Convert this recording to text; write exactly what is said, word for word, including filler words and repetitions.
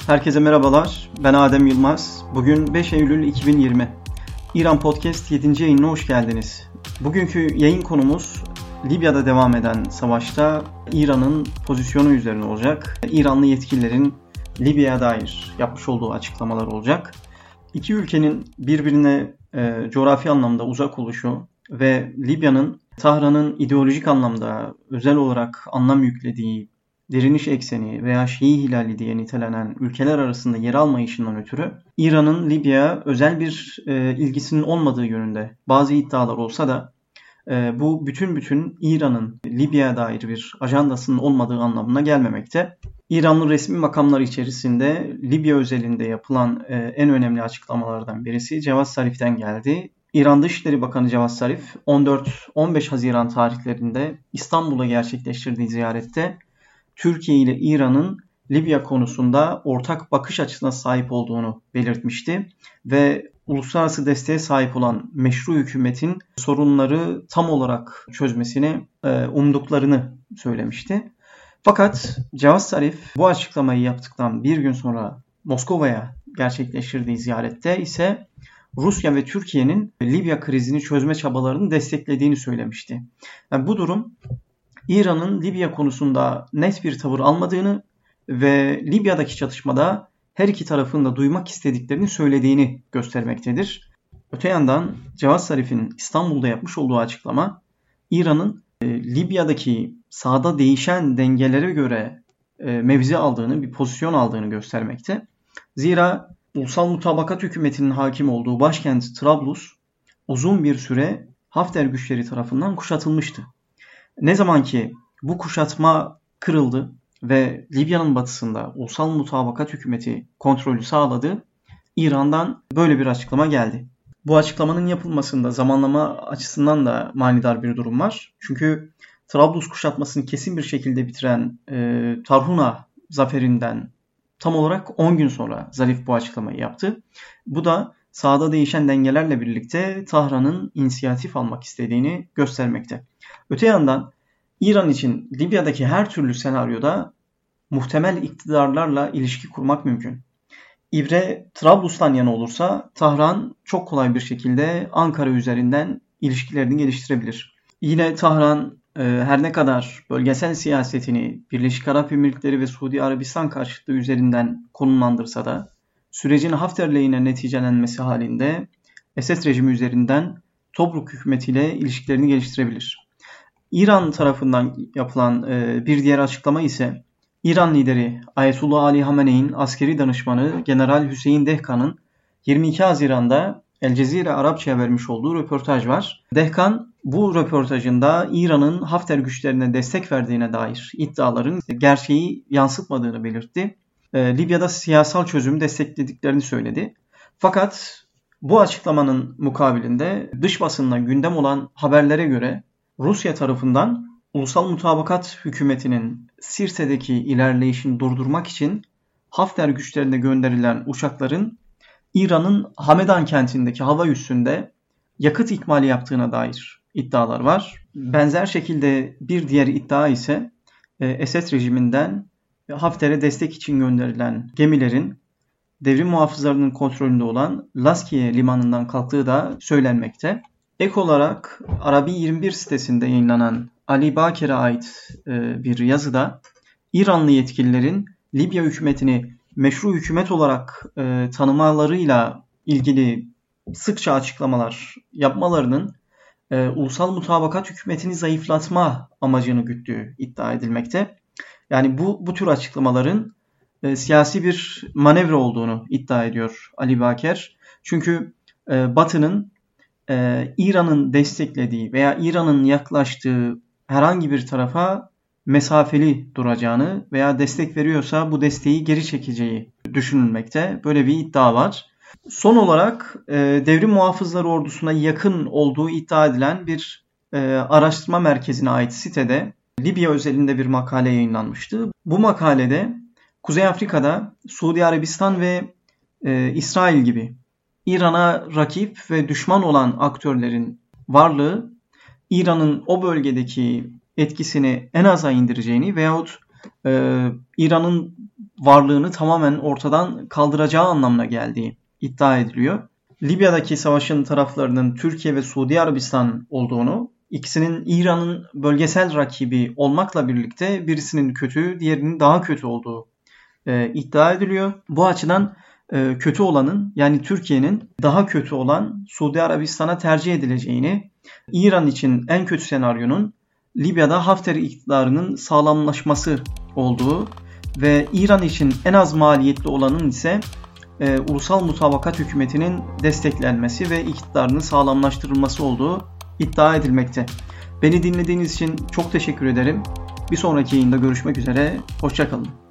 Herkese merhabalar, ben Adem Yılmaz. Bugün beş Eylül iki bin yirmi. İran Podcast yedinci yayınına hoş geldiniz. Bugünkü yayın konumuz Libya'da devam eden savaşta İran'ın pozisyonu üzerine olacak. İranlı yetkililerin Libya'ya dair yapmış olduğu açıklamalar olacak. İki ülkenin birbirine e, coğrafi anlamda uzak oluşu ve Libya'nın Tahran'ın ideolojik anlamda özel olarak anlam yüklediği direniş ekseni veya Şii hilali diye nitelenen ülkeler arasında yer almayışından ötürü İran'ın Libya'ya özel bir e, ilgisinin olmadığı yönünde bazı iddialar olsa da e, bu bütün bütün İran'ın Libya'ya dair bir ajandasının olmadığı anlamına gelmemekte. İranlı resmi makamlar içerisinde Libya özelinde yapılan e, en önemli açıklamalardan birisi Cevat Zarif'ten geldi. İran Dışişleri Bakanı Cevat Zarif on dört on beş Haziran tarihlerinde İstanbul'a gerçekleştirdiği ziyarette Türkiye ile İran'ın Libya konusunda ortak bakış açısına sahip olduğunu belirtmişti ve uluslararası desteğe sahip olan meşru hükümetin sorunları tam olarak çözmesini umduklarını söylemişti. Fakat Cevat Zarif bu açıklamayı yaptıktan bir gün sonra Moskova'ya gerçekleştirdiği ziyarette ise Rusya ve Türkiye'nin Libya krizini çözme çabalarını desteklediğini söylemişti. Yani bu durum İran'ın Libya konusunda net bir tavır almadığını ve Libya'daki çatışmada her iki tarafın da duymak istediklerini söylediğini göstermektedir. Öte yandan Cevat Zarif'in İstanbul'da yapmış olduğu açıklama İran'ın e, Libya'daki sahada değişen dengelere göre e, mevzi aldığını, bir pozisyon aldığını göstermekte. Zira Ulusal Mutabakat Hükümeti'nin hakim olduğu başkent Trablus uzun bir süre Hafter güçleri tarafından kuşatılmıştı. Ne zaman ki bu kuşatma kırıldı ve Libya'nın batısında Ulusal Mutabakat Hükümeti kontrolü sağladı, İran'dan böyle bir açıklama geldi. Bu açıklamanın yapılmasında zamanlama açısından da manidar bir durum var. Çünkü Trablus kuşatmasını kesin bir şekilde bitiren e, Tarhuna zaferinden tam olarak on gün sonra Zarif bu açıklamayı yaptı. Bu da sahada değişen dengelerle birlikte Tahran'ın inisiyatif almak istediğini göstermekte. Öte yandan İran için Libya'daki her türlü senaryoda muhtemel iktidarlarla ilişki kurmak mümkün. İbre Trablus'tan yana olursa Tahran çok kolay bir şekilde Ankara üzerinden ilişkilerini geliştirebilir. Yine Tahran her ne kadar bölgesel siyasetini Birleşik Arap Emirlikleri ve Suudi Arabistan karşıtlığı üzerinden konumlandırsa da sürecin Hafter lehine neticelenmesi halinde Esed rejimi üzerinden Tobruk hükümetiyle ilişkilerini geliştirebilir. İran tarafından yapılan bir diğer açıklama ise İran lideri Ayetullah Ali Hamene'in askeri danışmanı General Hüseyin Dehkan'ın yirmi iki Haziran'da El Cezire Arapça'ya vermiş olduğu röportaj var. Dehkan bu röportajında İran'ın Hafter güçlerine destek verdiğine dair iddiaların gerçeği yansıtmadığını belirtti. Libya'da siyasal çözümü desteklediklerini söyledi. Fakat bu açıklamanın mukabilinde dış basında gündem olan haberlere göre Rusya tarafından Ulusal Mutabakat Hükümeti'nin Sirte'deki ilerleyişini durdurmak için Hafter güçlerine gönderilen uçakların İran'ın Hamedan kentindeki hava üssünde yakıt ikmali yaptığına dair iddialar var. Benzer şekilde bir diğer iddia ise Esed rejiminden Hafter'e destek için gönderilen gemilerin devrim muhafızlarının kontrolünde olan Laskiye limanından kalktığı da söylenmekte. Ek olarak Arabi yirmi bir sitesinde yayınlanan Ali Bakir'e ait bir yazıda İranlı yetkililerin Libya hükümetini meşru hükümet olarak tanımalarıyla ilgili sıkça açıklamalar yapmalarının Ulusal Mutabakat Hükümeti'ni zayıflatma amacını güttüğü iddia edilmekte. Yani bu bu tür açıklamaların e, siyasi bir manevra olduğunu iddia ediyor Ali Bakir. Çünkü e, Batı'nın e, İran'ın desteklediği veya İran'ın yaklaştığı herhangi bir tarafa mesafeli duracağını veya destek veriyorsa bu desteği geri çekeceği düşünülmekte. Böyle bir iddia var. Son olarak e, devrim muhafızları ordusuna yakın olduğu iddia edilen bir e, araştırma merkezine ait sitede Libya özelinde bir makale yayınlanmıştı. Bu makalede Kuzey Afrika'da Suudi Arabistan ve e, İsrail gibi İran'a rakip ve düşman olan aktörlerin varlığı İran'ın o bölgedeki etkisini en aza indireceğini veyahut e, İran'ın varlığını tamamen ortadan kaldıracağı anlamına geldiği iddia ediliyor. Libya'daki savaşın taraflarının Türkiye ve Suudi Arabistan olduğunu, ikisinin İran'ın bölgesel rakibi olmakla birlikte birisinin kötü, diğerinin daha kötü olduğu e, iddia ediliyor. Bu açıdan e, kötü olanın, yani Türkiye'nin daha kötü olan Suudi Arabistan'a tercih edileceğini, İran için en kötü senaryonun Libya'da Hafter iktidarının sağlamlaşması olduğu ve İran için en az maliyetli olanın ise e, ulusal mutabakat hükümetinin desteklenmesi ve iktidarının sağlamlaştırılması olduğu iddia edilmekte. Beni dinlediğiniz için çok teşekkür ederim. Bir sonraki yayında görüşmek üzere. Hoşça kalın.